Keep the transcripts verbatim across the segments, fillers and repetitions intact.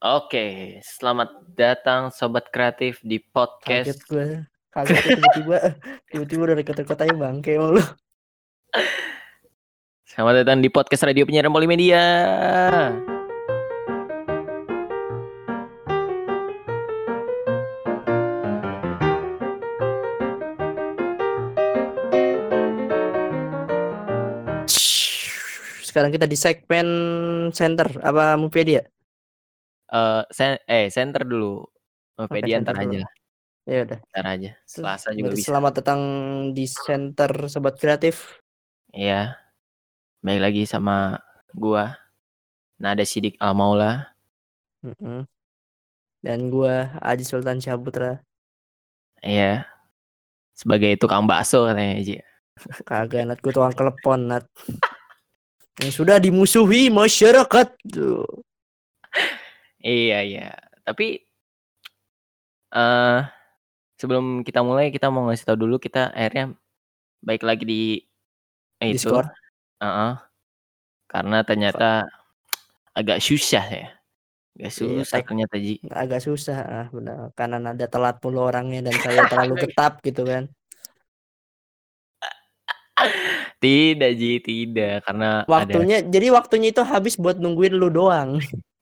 Oke, selamat datang Sobat Kreatif di Kaget podcast. gue, kaget gue tiba-tiba, tiba-tiba udah deket-deket aja bangke lu. Selamat datang di podcast Radio Penyiaran Polimedia. Sekarang kita di segmen center apa Mupedia? Eh, sen- eh center dulu. Mupedia center ntar dulu. aja. Ya udah. Ntar aja. Selasa juga Berarti bisa. selamat datang di center Sobat Kreatif. Iya. Baik lagi sama gua Nada Sidik Al-Maula. Mm-mm. Dan gua Aji Sultan Syaputra. Iya. Sebagai tukang bakso katanya Ji. Kagak nat, gua tukang telepon nat. Yang sudah dimusuhi masyarakat. Tuh. Iya iya. Tapi eh sebelum kita mulai kita mau ngasih tahu dulu kita akhirnya baik lagi di eh, itu. Discord. Uh-uh. Karena ternyata agak susah ya. Agak Iya, susah ternyata Ji. agak susah ah benar. Karena ada telat mulu orangnya dan saya terlalu getap gitu kan. Tidak Ji, tidak karena Waktunya ada... jadi waktunya itu habis buat nungguin lu doang.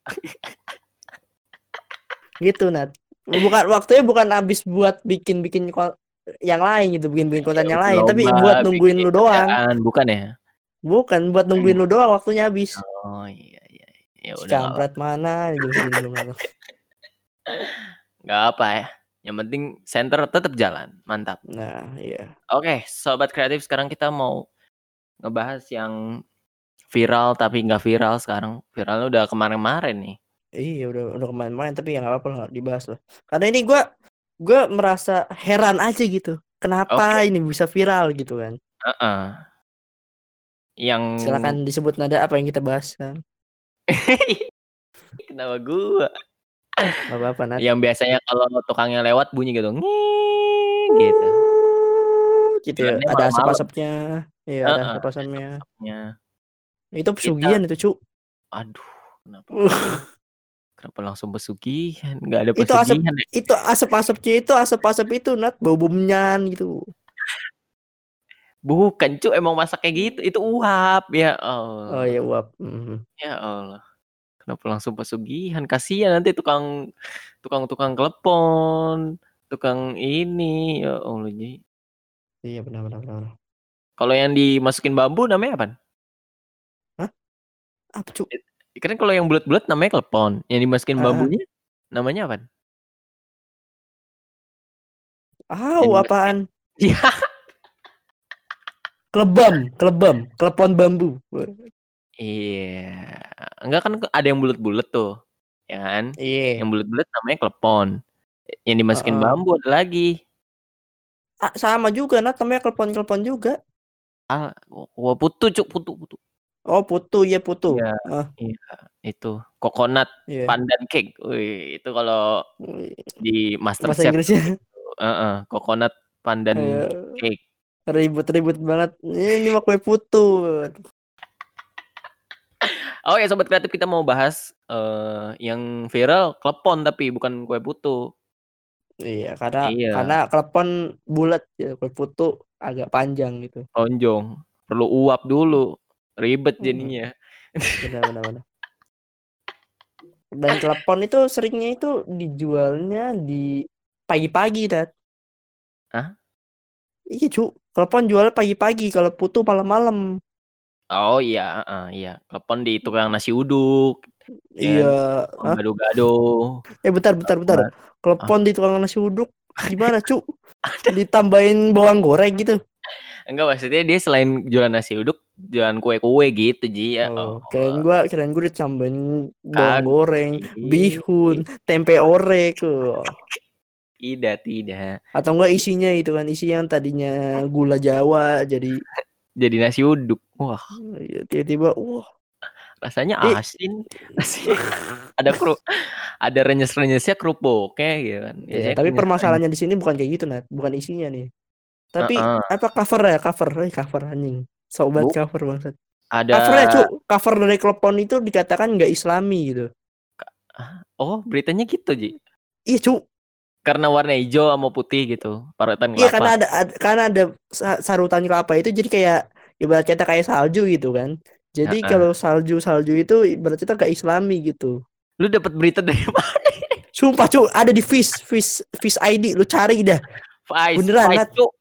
Gitu Nat. Bukan waktunya bukan habis buat bikin-bikin yang lain gitu, bikin-bikin konten yang lain, tapi buat nungguin lu doang. Bukan ya? Bukan buat nungguin lu doang, waktunya habis. Oh iya iya. Ya Si udah. kampret mana jam segini belum datang. Enggak apa ya. Yang penting center tetap jalan. Mantap. Nah, iya. Oke, Sobat Kreatif, sekarang kita mau ngebahas yang viral tapi nggak viral sekarang. Viralnya udah kemarin-kemarin nih. Iya, udah udah kemarin-kemarin, tapi ya nggak apa-apa lah, dibahas lah. Karena ini gue gue merasa heran aja gitu. Kenapa Oke. ini bisa viral gitu kan? Uh-uh. Yang Silakan disebut nada apa yang kita bahas kan? Kenapa gua? Gak apa-apa Nat. Yang biasanya kalau tukangnya lewat bunyi gitu. Nging, gitu. Gitu ya, ada asap-asapnya. Iya, ada uh-uh, asap-asapnya. asap-asapnya. Itu pesugihan itu, Cuk. Aduh, kenapa? Kenapa langsung pesugihan? Enggak ada Itu asap, pesugihan ya? itu asap-asapnya itu asap-asap itu Nat, bau bomnyan gitu. Bukan, Cuk, emang masak kayak gitu. Itu uap, ya Allah. Oh iya, uap. Mm-hmm. Ya Allah. Kenapa langsung pesugihan? Kasihan nanti tukang tukang-tukang telepon, tukang ini, ya Allah. Iya, benar benar benar. Kalau yang dimasukin bambu namanya apa? Hah? Apa, Cuk? Kan kalau yang bulat-bulat namanya telepon, yang dimasukin Ah, bambunya namanya apa? Ah, oh, apaan? Iya. Klebam, klebam, klepon bambu. Iya. Enggak kan ada yang bulat-bulat tuh. Ya kan? Iya. Yang bulat-bulat namanya klepon. Yang dimasukin Uh-uh. bambu ada lagi. Ah, sama juga Nat, namanya klepon-klepon juga. Ah, wah putu, Cuk, putu, putu. Oh, putu, ya putu. Iya, uh. iya, itu coconut yeah. pandan cake. Wih, itu kalau di Master Bahasa Chef. Inggrisnya. Heeh, coconut pandan uh, cake. Ribut-ribut banget. Ini mah kue putu. Oh ya Sobat Kreatif, kita mau bahas uh, yang viral klepon tapi bukan kue putu. Iya, karena iya. karena klepon bulat ya, kue putu agak panjang gitu. Lonjong, perlu uap dulu, ribet jadinya. Benar-benar. Hmm. Dan klepon itu seringnya itu dijualnya di pagi-pagi, Dad. Hah? Iya, Cuk. Klepon jual pagi-pagi, kalau putu malam-malam. Oh iya, uh, iya. Klepon di tukang nasi uduk. Iya. Ya, gado-gado. Eh bentar, bentar, bentar. Klepon di tukang nasi uduk gimana, Cuk? Ditambahin bawang goreng gitu? Enggak, maksudnya dia selain jualan nasi uduk, jualan kue-kue gitu, Ji. Ya. Oh, kirain gua, kirain gua ditambahin bawang Kag- goreng, bihun, tempe orek. Oh. Tidak, tidak. Atau enggak isinya itu kan, isi yang tadinya gula Jawa jadi jadi nasi uduk. Wah. Tiba-tiba wah. Rasanya asin. asin. ada kru ada renyes-renyesnya kerupuknya gitu kan. Ya, tapi permasalahannya di sini bukan kayak gitu, Nat. Bukan isinya nih. Tapi uh-uh. apa cover ya? Cover, eh, cover anjing. Sobat Buk, cover bangsat. Ada covernya, Cuk. Cover dari klepon itu dikatakan enggak Islami gitu. Ah, oh beritanya gitu, Ji? Iya, Cuk. Karena warna hijau sama putih gitu, parutan Iya, karena kelapa. ada, ada karena ada sarutan kelapa itu jadi kayak ibarat kata kayak salju gitu kan. Jadi Heeh. kalau salju-salju itu ibarat kita gak islami gitu. Lu dapat berita dari mana? Sumpah, Cuk, ada di Fish, Fish, Fish I D, lu cari dah. Vice, Beneran, Vice, Nat. Cuk.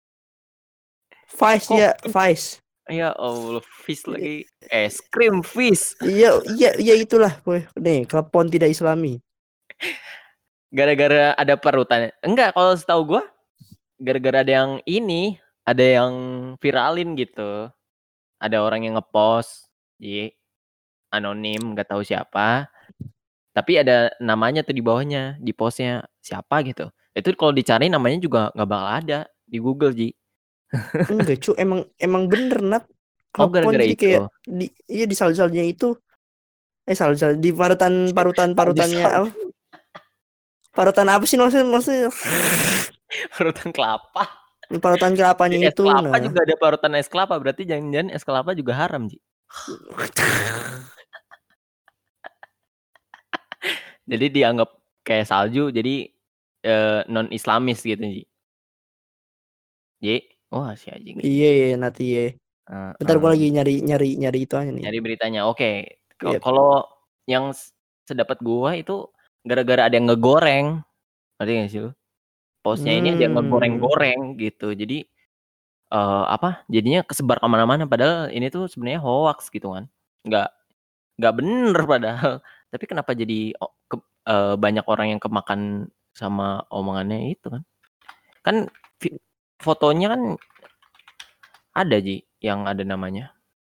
Vice Kok ya, Vice. ya Allah, fish lagi. Es krim fish. Iya, iya, iya itulah. Nih, klepon tidak islami. Gara-gara ada parutan. Enggak, kalau setahu gua gara-gara ada yang ini, ada yang viralin gitu. Ada orang yang ngepost di anonim, nggak tahu siapa. Tapi ada namanya tuh di bawahnya, di postnya siapa gitu. Itu kalau dicari namanya juga nggak bakal ada di Google, Ji. Enggak, Cuk, emang emang bener, Nat. Oh, Klepon gara-gara jadi kayak itu. di iya di sal-salnya itu eh sal-sal di parutan parutan parutannya apa? Parutan apa sih maksudnya? Maksudnya Parutan kelapa. parutan kelapanya Di es itu. kelapa Nah, juga ada parutan es kelapa, berarti jangan-jangan es kelapa juga haram, Ji. Jadi dianggap kayak salju, jadi eh, non Islamis gitu, Ji. Ji, wah si anjing ini. iya, iya, nanti ya. Uh, Bentar gua uh. lagi nyari nyari nyari itu aja nih. Nyari beritanya. Oke. Yep. Kalau yang sedapat gua itu gara-gara ada yang ngegoreng. Ngerti gak sih lu? Postnya ini ada yang Hmm. ngegoreng-goreng gitu. Jadi uh, apa? Jadinya kesebar kemana-mana. Padahal ini tuh sebenarnya hoax gitu kan. Nggak nggak bener padahal. Tapi kenapa jadi oh, ke, uh, banyak orang yang kemakan sama omongannya itu kan? Kan vi- fotonya kan ada, Ji, yang ada namanya.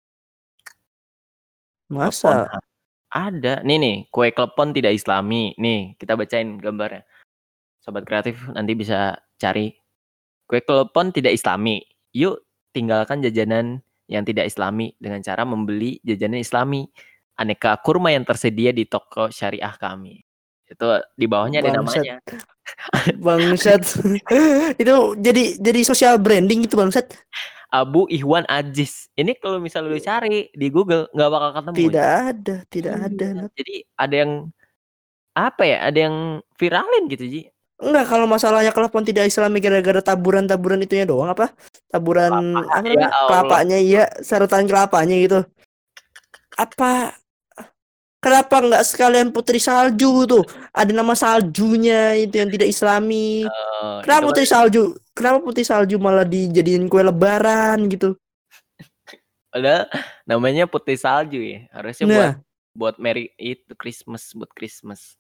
Klepon. Masa? Ada. Nih nih, kue klepon tidak islami. Nih, kita bacain gambarnya. Sobat kreatif nanti bisa cari. Kue klepon tidak islami. Yuk tinggalkan jajanan yang tidak islami dengan cara membeli jajanan islami. Aneka kurma yang tersedia di toko syariah kami. Itu di bawahnya ada Bangsat. namanya. Bangsat. Itu jadi jadi social branding itu, bangsat. Abu Ihwan Aziz. Ini kalau misalnya lu cari di Google nggak bakal ketemu. Tidak Ya? ada, tidak Iya. ada. Nat. Jadi ada yang apa ya? Ada yang viralin gitu, Ji. Enggak, kalau masalahnya klepon tidak islami gara-gara taburan-taburan itunya doang apa? Taburan Kelapa, apa ya namanya? Allah. Kelapanya iya, sarutan kelapanya gitu. Apa kenapa enggak sekalian putri salju tuh? Ada nama saljunya itu yang tidak islami. Uh, Kenapa itu kan putri salju? Kenapa putri salju malah dijadiin kue lebaran gitu? padahal namanya putih salju ya. Harusnya buat Nah, buat Merry itu Christmas, buat Christmas.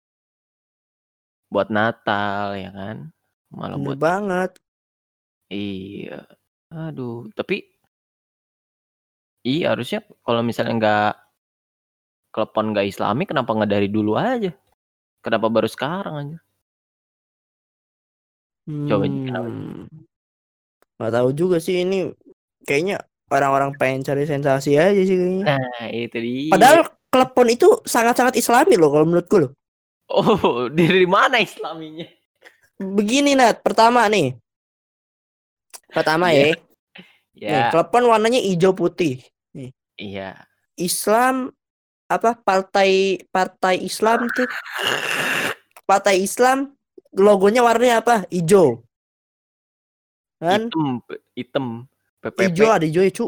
Buat Natal ya kan. Malah bener buat banget. iya. Aduh, tapi iya harusnya kalau misalnya nggak klepon nggak Islami kenapa nggak dari dulu aja? Kenapa baru sekarang aja? Coba Ji, kenapa? Hmm, nggak tahu juga sih ini kayaknya orang-orang pengen cari sensasi aja sih kayaknya. Nah, itu dia. Padahal klepon itu sangat-sangat islami loh kalau menurutku loh. Oh, dari mana Islaminya? Begini Nat, pertama nih. Pertama Iya. ya. Nih, Ya, klepon warnanya hijau putih. Nih. iya. Islam apa partai partai Islam tuh. Partai Islam logonya warnanya apa? Hijau. Kan? Hitam, hitam. P P P. Hijau ada hijau ya, Cuk.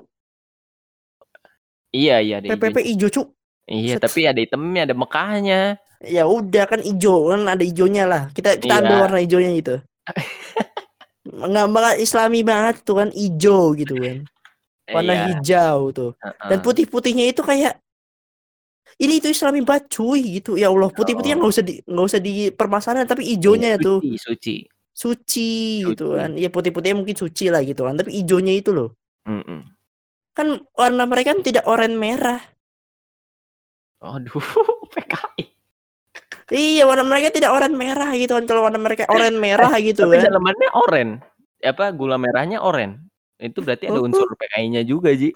Iya, iya ada P P P hijaunya. hijau, Cuk. Iya, Set. tapi ada hitamnya, ada Mekahnya. Ya udah kan hijau, kan ada hijaunya lah. Kita kita ambil Iya. warna hijaunya gitu. Nggak banget islami banget tuh kan hijau gitu kan. Warna Iya. hijau tuh. Uh-uh. Dan putih-putihnya itu kayak ini itu islami banget cuy gitu. Ya Allah, putih-putihnya nggak Oh. usah di nggak usah dipermasalahan tapi Iya, hijaunya tuh suci, suci. suci gitu Suci. kan. Iya putih-putihnya mungkin suci lah gitu kan. Tapi hijaunya itu loh. Mm-mm. Kan warna mereka kan tidak oranye merah. Aduh, P K I. Iya, warna mereka tidak oranye merah gitu kan. Kalau warna mereka oranye merah gitu Tapi kan. dalamannya oranye. Apa gula merahnya oranye. Itu berarti ada unsur P K I-nya juga, Ji.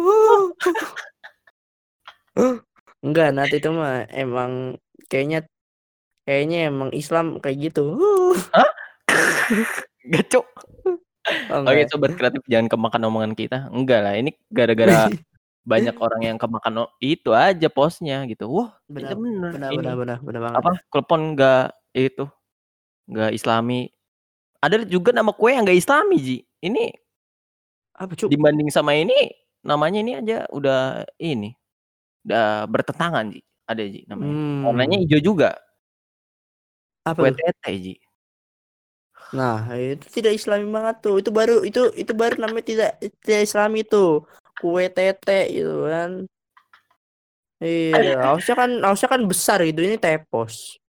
Enggak, nanti itu mah emang kayaknya kayaknya emang Islam kayak gitu. Hah? Gacok. Oh, Oke, enggak. sobat kreatif jangan kemakan omongan kita. Enggak lah, ini gara-gara banyak orang yang kemakan o itu aja postnya gitu. Wah, itu Benar bener benar benar ini, benar benar banget. apa, klepon nggak itu, nggak islami. Ada juga nama kue yang nggak islami, Ji. Ini Apa, Cuk? dibanding sama ini, namanya ini aja udah ini, udah bertentangan, Ji. Ada, Ji, namanya. Warnanya Mmm. ijo juga. Apa Kue tuh? tete, Ji. Nah, itu tidak islami banget tuh. Itu baru itu itu baru namanya tidak tidak islami tuh. Kue tete gitu kan. Iya, harusnya kan harusnya kan besar gitu. Ini tepos.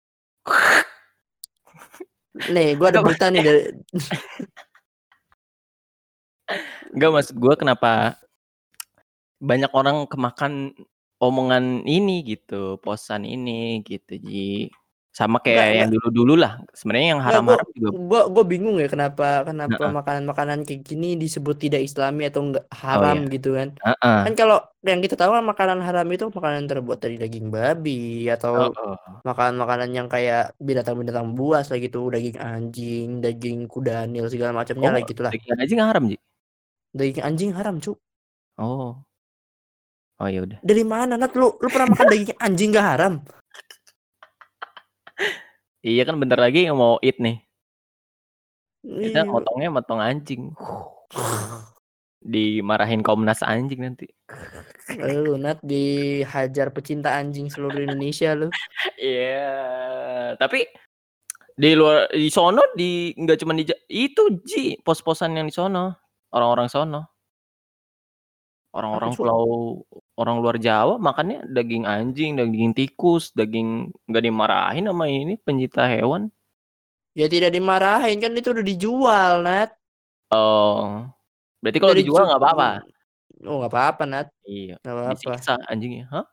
Nih, gua ada Enggak, berita nih maksudnya dari enggak, maksud gua kenapa banyak orang kemakan omongan ini gitu, postan ini gitu, Ji. Sama Enggak kayak yang enggak dulu-dulu lah. Sebenarnya yang enggak gua haram-haram juga gua gua bingung ya kenapa kenapa heeh. makanan-makanan kayak gini disebut tidak islami atau enggak Oh, iya. haram gitu kan. Heeh. Kan kalau yang kita tahu kan makanan haram itu makanan terbuat dari daging babi atau Heeh. makanan-makanan yang kayak binatang-binatang buas lah gitu, daging anjing, daging kudanil segala macamnya lah Oh, gitulah. daging anjing haram, Ji? Daging anjing haram, Cuk. Oh. Oh, ya udah. Dari mana, Nat? Lu lu pernah makan daging anjing nggak haram? Iya kan bentar lagi mau Id nih. Kita Iya. motongnya motong anjing. Dimarahin Komnas Anjing nanti. Lu, Nat, dihajar pecinta anjing seluruh Indonesia lu. Iya, tapi di luar di sono di nggak cuman di ja itu, Ji, pos-posan yang di sono, orang-orang sono. Apa, Orang-orang Cuk? pulau orang luar Jawa makannya daging anjing, daging tikus, daging nggak dimarahin sama ini pencinta hewan. Ya tidak dimarahin, kan itu udah dijual, Nat. Oh, berarti kalau Dari dijual ju nggak apa-apa? oh, nggak apa-apa, Nat. Iya, Nggak apa-apa. disiksa anjingnya. Hah?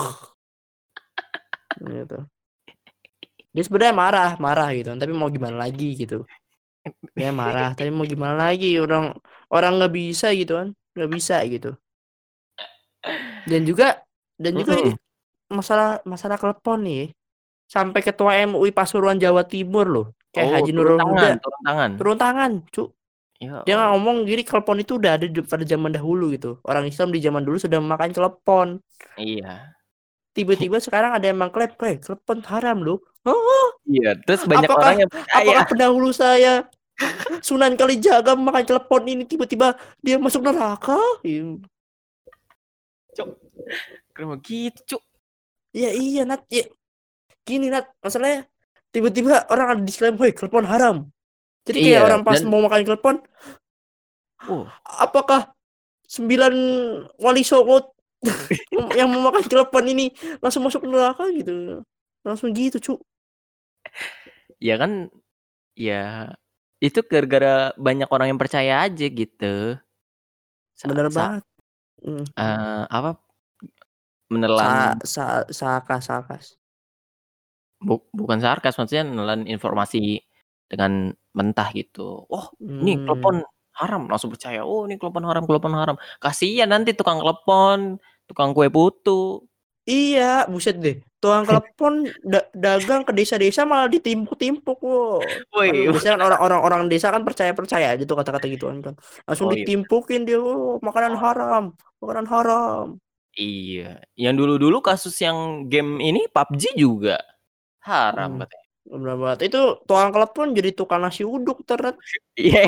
Gitu. Dia sebenarnya marah, marah gitu, tapi mau gimana lagi gitu. Dia marah, tapi mau gimana lagi orang orang nggak bisa gitu kan, nggak bisa gitu. Dan juga dan juga ini Mhm. masalah masalah klepon nih. Sampai ketua M U I Pasuruan Jawa Timur loh, kayak Oh, Haji turun Nurul tangan Huda, turun tangan. turun tangan, Cuk. Ya Dia nggak Allah. ngomong gini klepon itu udah ada di pada zaman dahulu gitu. Orang Islam di zaman dulu sudah memakai klepon. Iya. Tiba-tiba sekarang ada yang mengklaim, "Eh, klepon haram loh." Hah? Iya, terus banyak orang Apakah yang percaya. apakah pendahulu saya Sunan Kalijaga memakai klepon ini tiba-tiba dia masuk neraka? Iya. Cuk, kenapa gitu, Cuk? Ya iya, Nat. Ya, gini, Nat. Masalahnya tiba-tiba orang ada disclaimer, "Woi, klepon haram." Jadi kayak Iya, orang pas dan mau makan klepon, uh, apakah sembilan wali songo yang memakan klepon ini langsung masuk neraka gitu? Langsung gitu, Cuk. ya kan, ya itu gara-gara banyak orang yang percaya aja gitu. Sa Bener sa banget. Mhm. eee, apa, Sa menelan sa sakas sakas. bu bukan sarkas, maksudnya menelan informasi dengan mentah gitu. "Oh, ini Mmm. klepon haram," langsung percaya, "Oh, ini klepon haram klepon haram." Kasihan nanti tukang klepon, tukang kue putu. Iya, buset deh. Tukang klepon da dagang ke desa-desa malah ditimpuk-timpuk, wo. Kan Woi, biasanya kan orang-orang orang desa kan percaya-percaya aja tuh kata-kata gituan kan. Langsung oh iya. ditimpukin dia, "Oh, makanan haram, makanan haram." Iya, yang dulu-dulu kasus yang game ini P U B G juga haram Mmm, katanya. bener banget. Itu tukang klepon jadi tukang nasi uduk entar, Nat. Iya,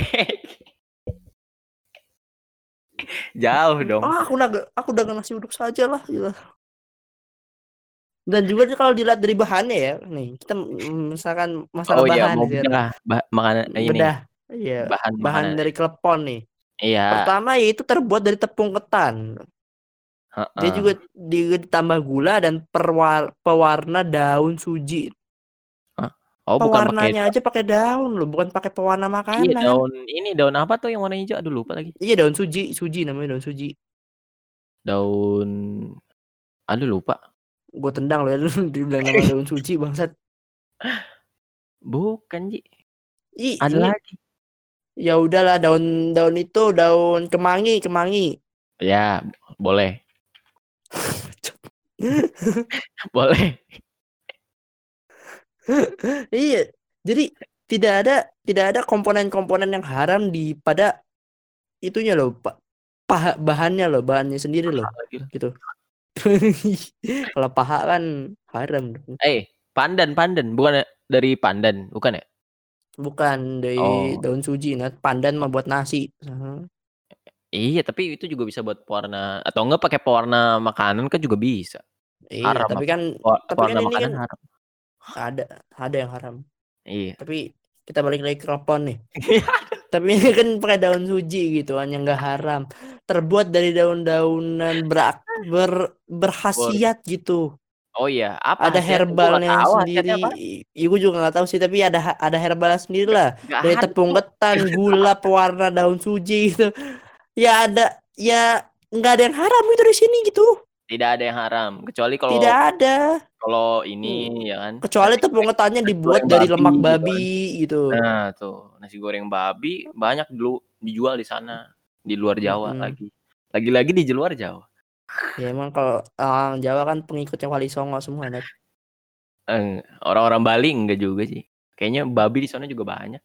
jauh dong. "Ah, aku naga aku dagang nasi uduk sajalah," gitu. Dan juga nih kalau dilihat dari bahannya ya, nih kita, mmm, misalkan masalah Oh iya, bahan mau nih sekarang. bedah ba makanan ini, Bedah, iya, bahan bahan makanan dari klepon nih. iya, Pertama yaitu terbuat dari tepung ketan. Dia heeh. juga juga ditambah gula dan perwar pewarna daun suji. Hah? Oh bukan pakai Pewarnanya da aja pakai daun loh, bukan pakai pewarna iya makanan. daun ini, daun apa tuh yang warna hijau? Aduh lupa lagi. Iya daun suji, suji namanya daun suji. Daun aduh lupa. Gua tendang loh ya lu dibilang nama daun suji bangsat. Bukan Ji, Ih, ada ini lagi. ya udahlah daun daun itu daun kemangi, kemangi. Ya, boleh boleh. Iya, jadi tidak ada tidak ada komponen-komponen yang haram di pada itunya loh, Pak. paha bahannya loh, bahannya sendiri loh, Paha gitu. gitu. Kalau paha kan haram dong. Eh, pandan pandan, bukan dari pandan, bukan ya? Bukan, dari Oh. daun suji, nah pandan mah buat nasi. Heeh. Iya, tapi itu juga bisa buat pewarna atau enggak pakai pewarna makanan kan juga bisa. Iya, Haram tapi apa? kan Pewa tapi kan pewarna ini makanan kan haram. ada ada yang haram. Iya. Tapi kita balik lagi ke ropon nih. Tapi ini kan pakai daun suji gitu kan, yang enggak haram. Terbuat dari daun-daunan berak ber Bor berkhasiat gitu. Oh iya, apa Ada khasiatnya? Gua nggak herbalnya tahu khasiatnya sendiri. apaan. Ya gue juga nggak tahu sih, tapi ada ada herbalnya sendiri Nggak lah. nggak Dari ada, tepung Cuk. ketan, gula, pewarna daun suji gitu. Ya ada, ya nggak ada yang haram itu di sini gitu. Tidak ada yang haram, kecuali Tidak kalau ada. kalau Hmm, ini ya kan, kecuali nasi tepung goreng ketannya nasi dibuat goreng dari babi lemak gitu kan. babi gitu. Nah, tuh, nasi goreng babi banyak dulu dijual di sana, di luar Jawa Mm-mm. lagi. Lagi-lagi di luar Jawa. Ya emang kalau orang Jawa kan pengikutnya Wali Songo semua, Net. Eh, orang-orang Bali enggak juga sih. Kayaknya babi di sana juga banyak.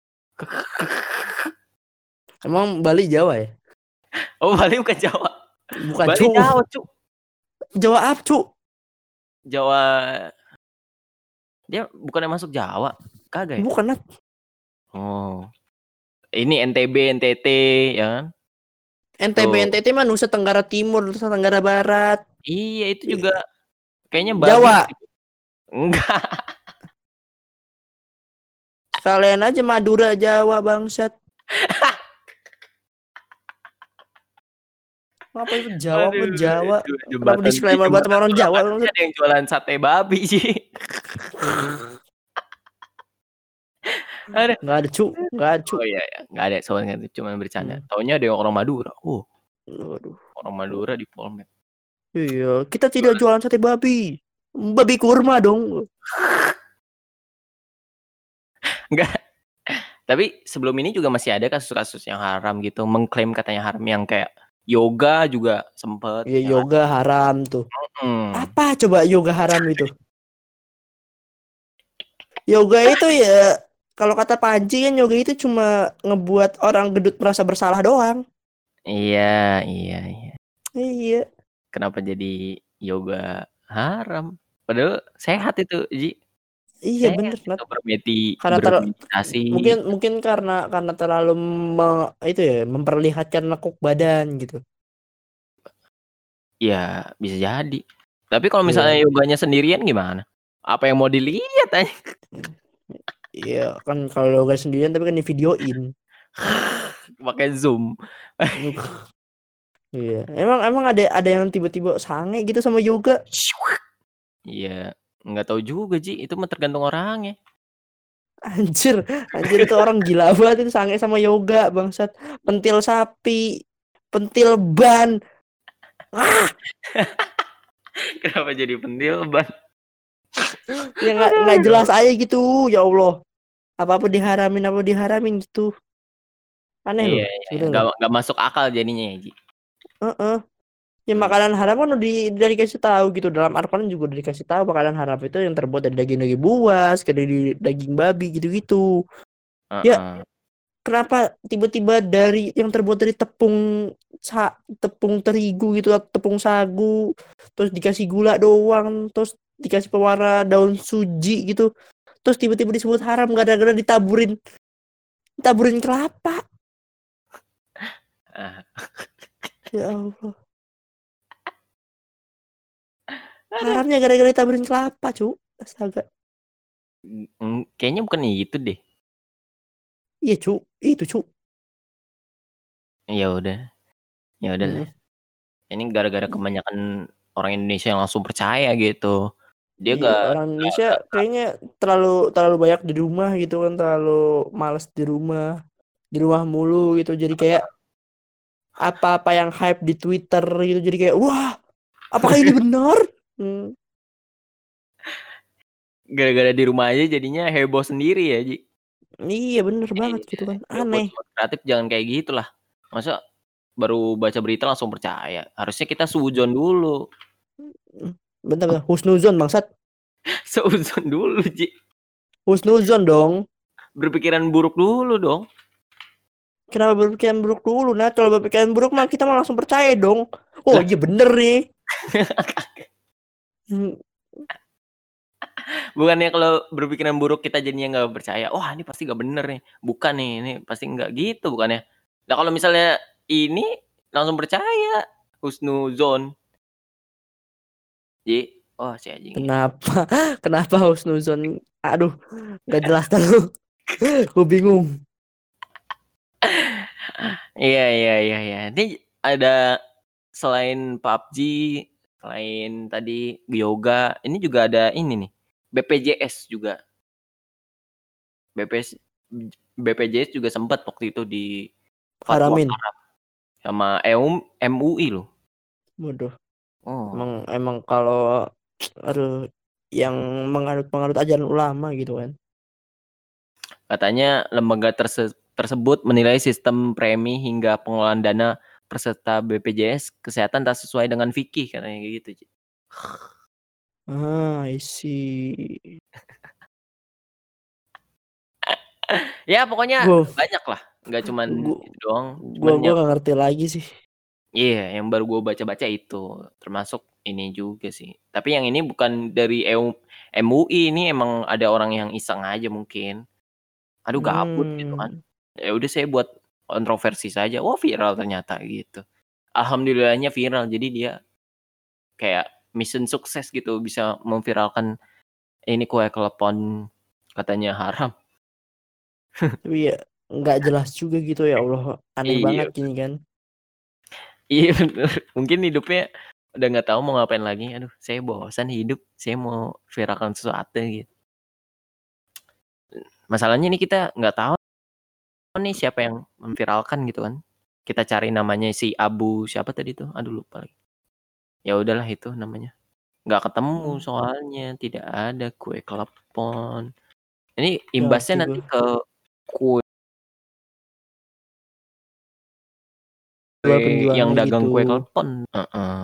Emang Bali Jawa ya? Oh, Bali bukan Jawa. Bukan, Bali cu. Jawa, Cuk. Jawa apa, cu? Jawa dia bukannya masuk Jawa, kagak ya? Bukan, Net. Oh. Ini N T B, N T T ya kan? N T B Tuh. N T T mah Nusa Tenggara Timur, Nusa Tenggara Barat. Iya, itu juga kayaknya babi Jawa. gitu. Enggak. Sekalian aja Madura Jawa, bangsat. Apa itu Jawa, apa Aduh, Jawa? itu Kenapa jembatan di disclaimer buat jembatan sama orang Jawa, Suramadu bangsat? ada yang jualan sate babi sih. Aduh. Nggak ada, cu. Nggak ada, cu. Oh iya ya, nggak ada soalnya itu cuma bercanda. Hmm. Taunya ada yang orang Madura. Oh. Waduh. Orang Madura di Polmed. Iya, kita tidak jualan sate babi. Babi kurma dong. Enggak. Tapi sebelum ini juga masih ada kasus-kasus yang haram gitu, mengklaim katanya haram yang kayak yoga juga sempet. Ya, Ya kan? yoga haram tuh. Mm-mm. Apa coba yoga haram itu? Yoga itu ya, kalau kata Panji kan yoga itu cuma ngebuat orang gendut merasa bersalah doang. Iya, iya, iya. Iya. Kenapa jadi yoga haram? Padahal sehat itu, Ji. Iya Sehat bener, itu Nat. bermedi Karena ter bermeditasi. mungkin mungkin karena karena terlalu me, itu ya memperlihatkan lekuk badan gitu. Ya, bisa jadi. Tapi kalau misalnya Iya. yoganya sendirian gimana? Apa yang mau dilihat aja? Iya, kan kalau yoga sendirian tapi kan di videoin. Pakai Zoom. Iya. Emang emang ada ada yang tiba-tiba sange gitu sama yoga? Iya, nggak tahu juga, Ji. Itu mah tergantung orangnya. Anjir, anjir itu orang gila banget itu sange sama yoga, bangsat. Pentil sapi, pentil ban. Ah, Kenapa jadi pentil ban? ya nggak nggak jelas aja gitu, ya Allah. Apa-apa diharamin, apa diharamin gitu. Aneh Iya, loh, iya, iya. sebenarnya Nggak, loh. nggak masuk akal jadinya ya, Ji. Heeh. Ya Hmm. makanan haram kan udah, di, udah dikasih tahu gitu, dalam Al-Quran juga udah dikasih tahu makanan haram itu yang terbuat dari daging-daging buas, dari daging babi gitu-gitu. Ya, Uh-uh. kenapa tiba-tiba dari yang terbuat dari tepung sa, tepung terigu gitu, tepung sagu, terus dikasih gula doang, terus dikasih pewarna daun suji gitu, terus tiba-tiba disebut haram gara-gara ditaburin ditaburin kelapa. Uh. Ya Allah. Haramnya gara-gara ditaburin kelapa, cu. Astaga. Mm, kayaknya bukan itu deh. Iya, cu. Itu, cu. Ya udah. Ya udah lah. Hmm. Ini gara-gara kebanyakan orang Indonesia yang langsung percaya gitu. Dia Iya, gak, orang Indonesia gak, gak, kayaknya terlalu terlalu banyak di rumah gitu kan, terlalu malas di rumah. Di rumah mulu gitu. Jadi kayak apa-apa yang hype di Twitter gitu, jadi kayak wah, apakah ini benar? Hmm. gara-gara di rumah aja jadinya heboh sendiri ya, Ji. Iya bener Jadi, banget gitu kan, ya buat aneh. sobat kreatif jangan kayak gitulah. Masa baru baca berita langsung percaya. Harusnya kita suudzon dulu. Bentar, bentar. Husnuzon bangsat. Suudzon dulu, Ji. Husnuzon dong. Berpikiran buruk dulu dong. Kenapa berpikiran buruk dulu, Nat? Kalau berpikiran buruk mah kita mah langsung percaya dong. Oh Lah. iya bener nih. Hmm, Bukannya kalau berpikiran buruk kita jadinya nggak percaya, wah ini pasti nggak bener nih, bukan nih, ini pasti nggak gitu bukannya. Nah kalau misalnya ini langsung percaya, husnuzon. Jadi, oh si anjing ini. Kenapa? Kenapa husnuzon? Aduh, nggak jelas terlalu. Gue bingung. Iya iya iya iya. Ini ada selain P U B G, selain tadi yoga, ini juga ada ini nih, B P J S juga. BPS B P J S juga sempat waktu itu Haramin. difatwakan sama EUM M U I loh. Waduh. Oh. Emang emang kalau aduh yang menganut-penganut ajaran ulama gitu kan. Katanya lembaga terse tersebut menilai sistem premi hingga pengelolaan dana peserta B P J S kesehatan tak sesuai dengan fikih katanya gitu. Ah, I see. Ya pokoknya Gue banyak lah, nggak cuman gue itu doang, gue cuman gue yang gak ngerti lagi sih. iya yang baru gue baca-baca itu, termasuk ini juga sih. Tapi yang ini bukan dari EU M U I, ini emang ada orang yang iseng aja mungkin. Aduh gabut gitu kan. Hmm. Ya udah saya buat kontroversi saja, wah viral ternyata gitu. Alhamdulillahnya viral, jadi dia kayak mission sukses gitu, bisa memviralkan ini kue klepon katanya haram. Tapi ya nggak jelas juga gitu ya Allah. Aneh Iya, banget gini kan. iya bener. Mungkin hidupnya udah nggak tahu mau ngapain lagi. Aduh, saya bosan hidup, saya mau viralkan sesuatu gitu. Masalahnya ini kita nggak tahu nih siapa yang memviralkan gitu kan. Kita cari namanya si Abu siapa tadi tuh? Aduh lupa lagi. Ya udahlah itu namanya. Nggak ketemu Hmm. soalnya, tidak ada kue klepon. Ini Gak ngerti imbasnya nanti gue. ke kue Jual yang penjualnya dagang gitu. kue klepon. Heeh.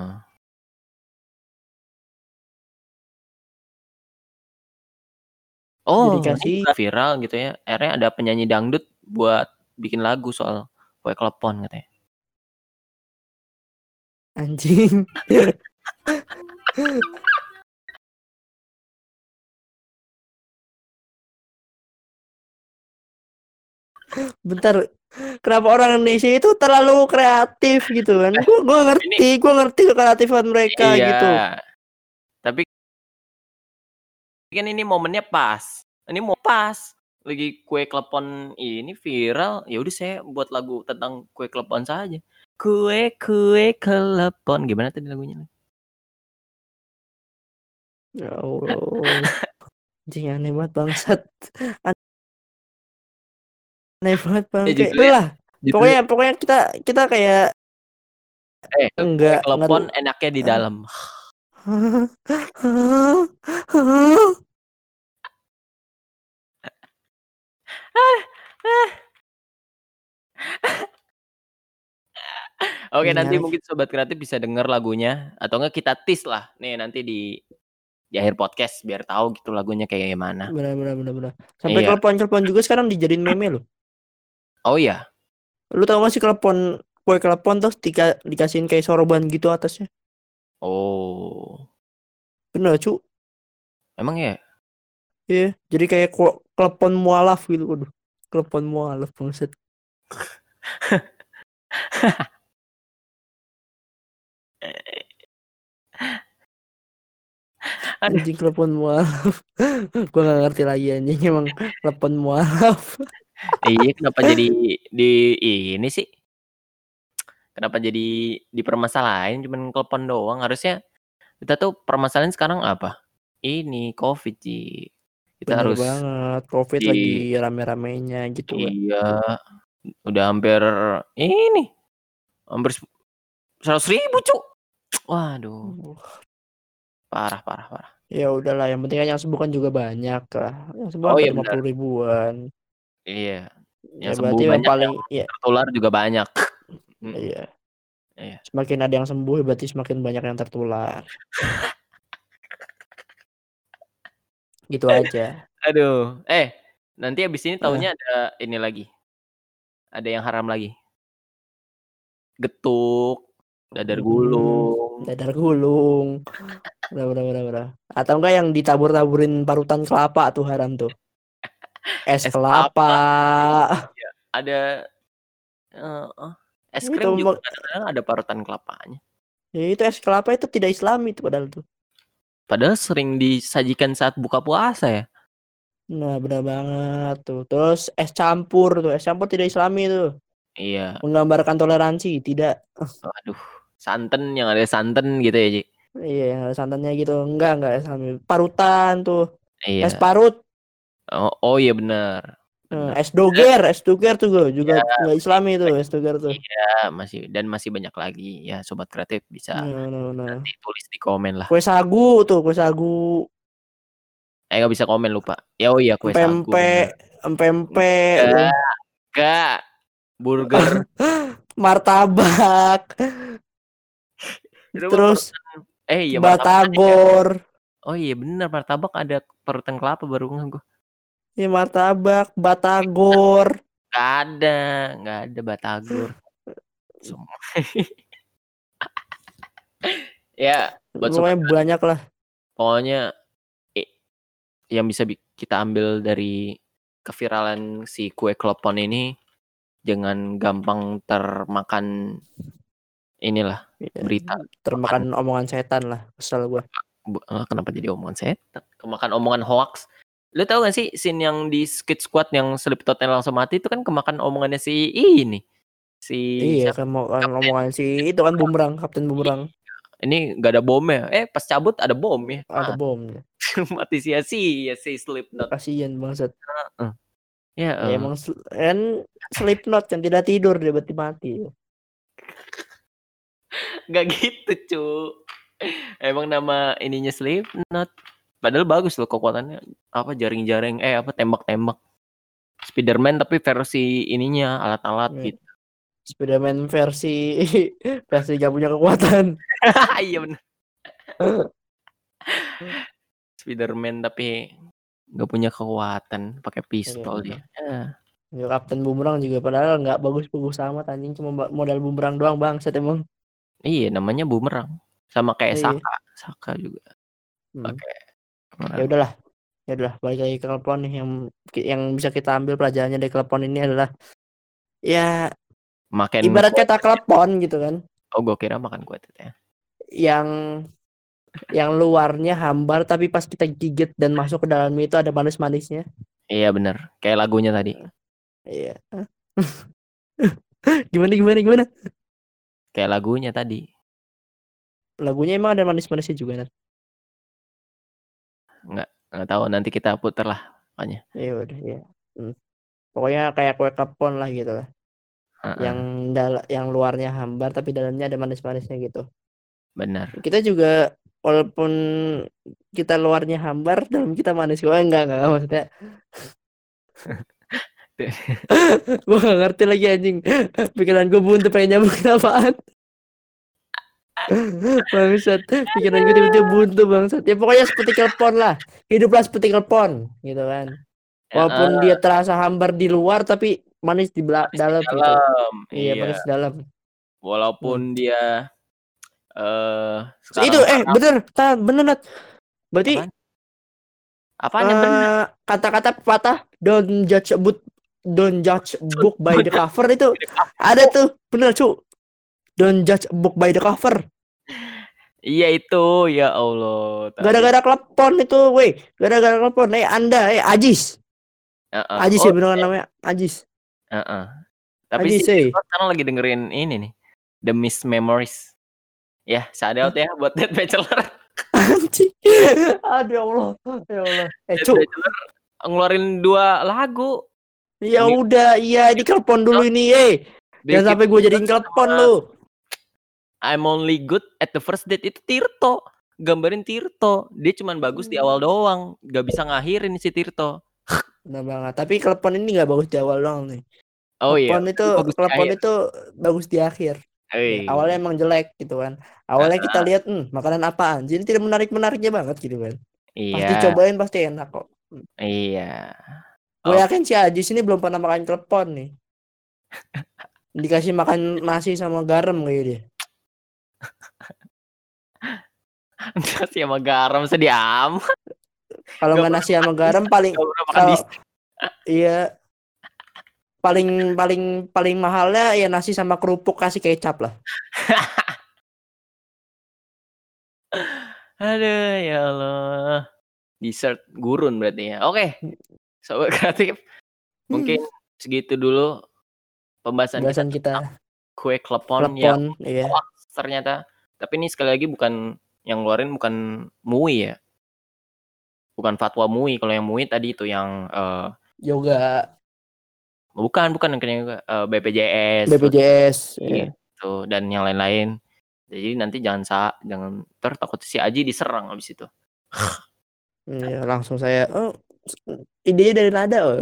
Jadi Oh, ini kasih juga viral gitu ya. Akhirnya ada penyanyi dangdut buat bikin lagu soal kue klepon katanya. anjing. Bentar. Kenapa orang Indonesia itu terlalu kreatif gitu kan? Gue gue Ini ngerti, gue ngerti kreatifan mereka iya, gitu. tapi kan ini momennya pas. Ini mau pas. Lagi kue klepon ini viral, ya udah saya buat lagu tentang kue klepon saja. Kue kue klepon. Gimana tadi lagunya? Ya Allah. Anjing aneh banget bangsat. Aneh banget Ya bangke. judulnya Lah. judulnya Pokoknya pokoknya kita kita kayak eh kue enggak klepon ngeru enaknya di ah. dalam. Oke, Anjing nanti aneh. mungkin sobat kreatif bisa denger lagunya atau enggak kita tease lah. Nih nanti di di akhir podcast biar tahu gitu lagunya kayak gimana. Benar benar benar benar. Sampai Iya. telepon-telepon juga sekarang dijadiin meme loh. Oh iya. Lu tau gak sih telepon kue telepon terus dika, dikasihin kayak soroban gitu atasnya. Oh. Bener cu. Emang ya? Iya, jadi kayak klo- telepon mualaf gitu. Waduh. Telepon mualaf bangset. Aduh, Anjing telepon mualaf. Gua gak ngerti lagi anjing emang telepon mualaf. iya kenapa jadi di ini sih? Kenapa jadi dipermasalahin cuman telepon doang? Harusnya kita tuh permasalahan sekarang apa? Ini Covid, Ci. Kita Bener harus banget. Covid lagi di rame-ramenya gitu kan. iya, udah hampir ini, hampir seratus ribu Cuk. Waduh, Uh, parah parah parah. Ya udahlah, yang penting kan yang sembuh kan juga banyak lah. Yang sembuh Oh hampir iya lima benar. puluh ribuan. Iya, Ya yang sembuh berarti yang banyak, paling yang ya tertular juga banyak. Mhm, iya. iya. Semakin ada yang sembuh berarti semakin banyak yang tertular. Gitu aja. Aduh, eh, nanti abis ini Ah, taunya ada ini lagi, ada yang haram lagi? Getuk, dadar Mhm, gulung. dadar gulung. Benar benar benar benar. Atau enggak yang ditabur-taburin parutan kelapa tuh haram tuh. Es Es kelapa. kelapa. Iya, ada heeh, es Itu krim juga me kadang-kadang ada parutan kelapanya. Ya itu es kelapa itu tidak islami itu padahal tuh. Padahal sering disajikan saat buka puasa ya. Nah, benar banget tuh. Terus es campur tuh, es campur tidak islami tuh. Iya. Menggambarkan toleransi, tidak. Waduh, santen yang ada santen gitu ya, Ji? Iya, yang ada santannya gitu. Enggak, enggak islami. Parutan tuh. Es Iya. parut. Oh, oh iya benar. Nah, Benar. es doger, es doger tuh gue juga Iya, enggak masih islami tuh, banyak. es doger tuh. Iya, masih dan masih banyak lagi. Ya, sobat kreatif bisa Nah, nah, nah. nanti tulis di komen lah. Kue sagu tuh, kue sagu. Eh, nggak bisa komen lupa. Ya, oh iya kue sagu benar. Empek, empek tuh. Enggak, enggak. Burger. Martabak. Itu mah Terus parutan. Eh, iya martabak ada ya. batagor. Oh iya benar, martabak ada parutan kelapa baru ngeh gua. Ya martabak, batagor. Nggak ada, nggak ada batagor. Semua. Ya, buat sobat Pokoknya kreatif. banyak lah. Pokoknya i yang bisa bi kita ambil dari keviralan si kue klepon ini jangan gampang termakan inilah Iya, berita makan termakan omongan setan lah, kesel gua. bu eee, kenapa jadi omongan setan? Kemakan omongan hoaks. Lu tahu gak sih scene yang di Squid Squad yang Slipknot-nya langsung mati itu kan kemakan omongannya si ini, si Iya, siapa? kemakan Kapten omongan si itu kan bumerang, Kapten Iya, Bumerang. ini nggak ada bomnya, eh pas cabut ada bomnya, Ada mati. bomnya. Mati sia-sia si Slipknot. Kasihan bangsat. Heeh. Ya, Ya eee emang kan Slipknot kan tidak tidur dia berarti mati. Nggak gitu, cu. Emang nama ininya Slipknot. Padahal bagus loh kekuatannya, apa, jaring-jaring eh, apa, tembak-tembak. Spiderman tapi versi ininya, alat-alat Ya. gitu. Spiderman versi versi gak punya kekuatan. Iya bener. Spiderman tapi nggak punya kekuatan, pakai pistol Iya. dia. Ya. Ya, Kapten Bumerang juga padahal nggak bagus-bagus amat anjing, cuma modal bumerang doang bangsat emang. Iya, namanya bumerang. Sama kayak Iya. Saka, Saka juga Hmm. pakai Ya bumerang. udahlah. Ya udahlah, balik lagi ke klepon nih yang yang bisa kita ambil pelajarannya dari klepon ini adalah ya Makan ibarat kue kata klepon gitu kan. oh, gua kira makan kue tete. Yang yang luarnya hambar tapi pas kita gigit dan masuk ke dalamnya itu ada manis-manisnya. Iya bener, kayak lagunya tadi. Iya. Gimana gimana gimana? Kayak lagunya tadi. Lagunya emang ada manis-manisnya juga kan? Nggak nggak tahu nanti kita puter lah makanya. Ya udah ya. Hmm. Pokoknya kayak kue klepon lah gitu lah. Yang Heeh. dal yang luarnya hambar tapi dalamnya ada manis-manisnya gitu. Benar. Kita juga walaupun kita luarnya hambar, dalam kita manis. Oh enggak enggak maksudnya. Gua gak ngerti lagi anjing. Pikiran gue buntu pengen nyambungin apaan. Bangsat. Pikiran gue tiba-tiba buntu bangsat. Ya pokoknya seperti klepon lah. Hiduplah seperti klepon gitu kan. Walaupun dia Heeh. terasa hambar di luar tapi manis di bela- Manis di dalam gitu. dalam. Iya, Iya. manis di dalam. Walaupun Hmm. dia eh Itu sekarang eh haram. bener, ta, bener Nat. Berarti Apaan? Apaan yang bener? eh, kata-kata pepatah don't judge a book don't judge a book by the cover itu ada tuh, bener cu. Don't judge a book by the cover. Iya itu, ya Allah. Tadi. Gara-gara klepon itu, weh. Gara-gara klepon, eh Anda, eh Ajis. Heeh. Ajis Oh, ya beneran iya. namanya, Ajis. Heeh. Tapi Ajis, si eh. Tirto sekarang lagi dengerin ini nih, The Mist Memories. Ya, shout out ya buat Dead Bachelor. Anjing. Aduh ya Allah, ya Allah. Eh, Dead cu. Bachelor ngeluarin dua lagu. Ya Ini udah, iya di klepon dulu ini, eh. Jangan sampai gue jadiin klepon lu. I'm only good at the first date itu Tirto. Gambarin Tirto. Dia cuman bagus di awal doang. Gak bisa ngakhirin si Tirto. Benar banget. Tapi klepon ini gak bagus di awal doang nih. Oh iya. Klepon itu, klepon itu bagus di akhir. Ya, awalnya emang jelek gitu kan. Awalnya kita lihat, hmm, makanan apaan. Jadi tidak menarik-menariknya banget gitu kan. Iya. Pasti cobain pasti enak kok. Iya. Gue yakin si Ajis ini belum pernah makan klepon nih. Dikasih makan nasi sama garam kayak dia. Nasi sama garam sedih amat. Kalau Nggak nggak pernah nasi sama makan garam dessert, paling nggak pernah makan kalau dessert. iya paling paling paling mahalnya ya nasi sama kerupuk kasih kecap lah. Aduh, ya Allah. Dessert gurun berarti ya. Oke, Sobat Kreatif, mungkin Hmm. segitu dulu pembahasan kita Pembahasan tentang kita. kue klepon yang Klepon, iya. hoax ternyata. Tapi ini sekali lagi bukan yang ngeluarin bukan M U I ya. Bukan fatwa M U I. Kalau yang M U I tadi itu yang eh, Yoga, bukan bukan yang kayaknya eh, B P J S, B P J S, iya. gitu dan yang lain-lain. Jadi nanti jangan sa jangan ter takut si Aji diserang habis itu. Iya, langsung saya oh idenya dari Nada. Oh.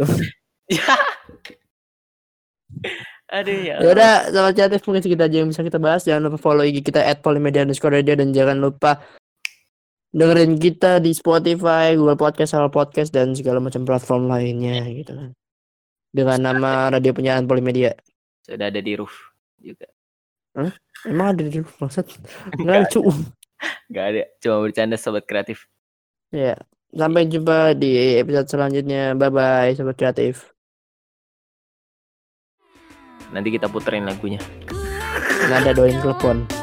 Aduh ya. Ya udah, Sobat Kreatif mungkin segitu aja yang bisa kita bahas. Jangan lupa follow I G kita at polimedia underscore radio dan jangan lupa dengerin kita di Spotify, Google Podcast, Apple Podcast dan segala macam platform lainnya gitu kan. Dengan nama Radio Penyiaran Polimedia. Sudah ada di roof juga. Hah? Emang ada di roof maksud? Enggak ada, cu. Enggak ada, cuma bercanda Sobat Kreatif. Ya, sampai jumpa di episode selanjutnya. Bye bye Sobat Kreatif. Nanti kita puterin lagunya. Nada doain telepon.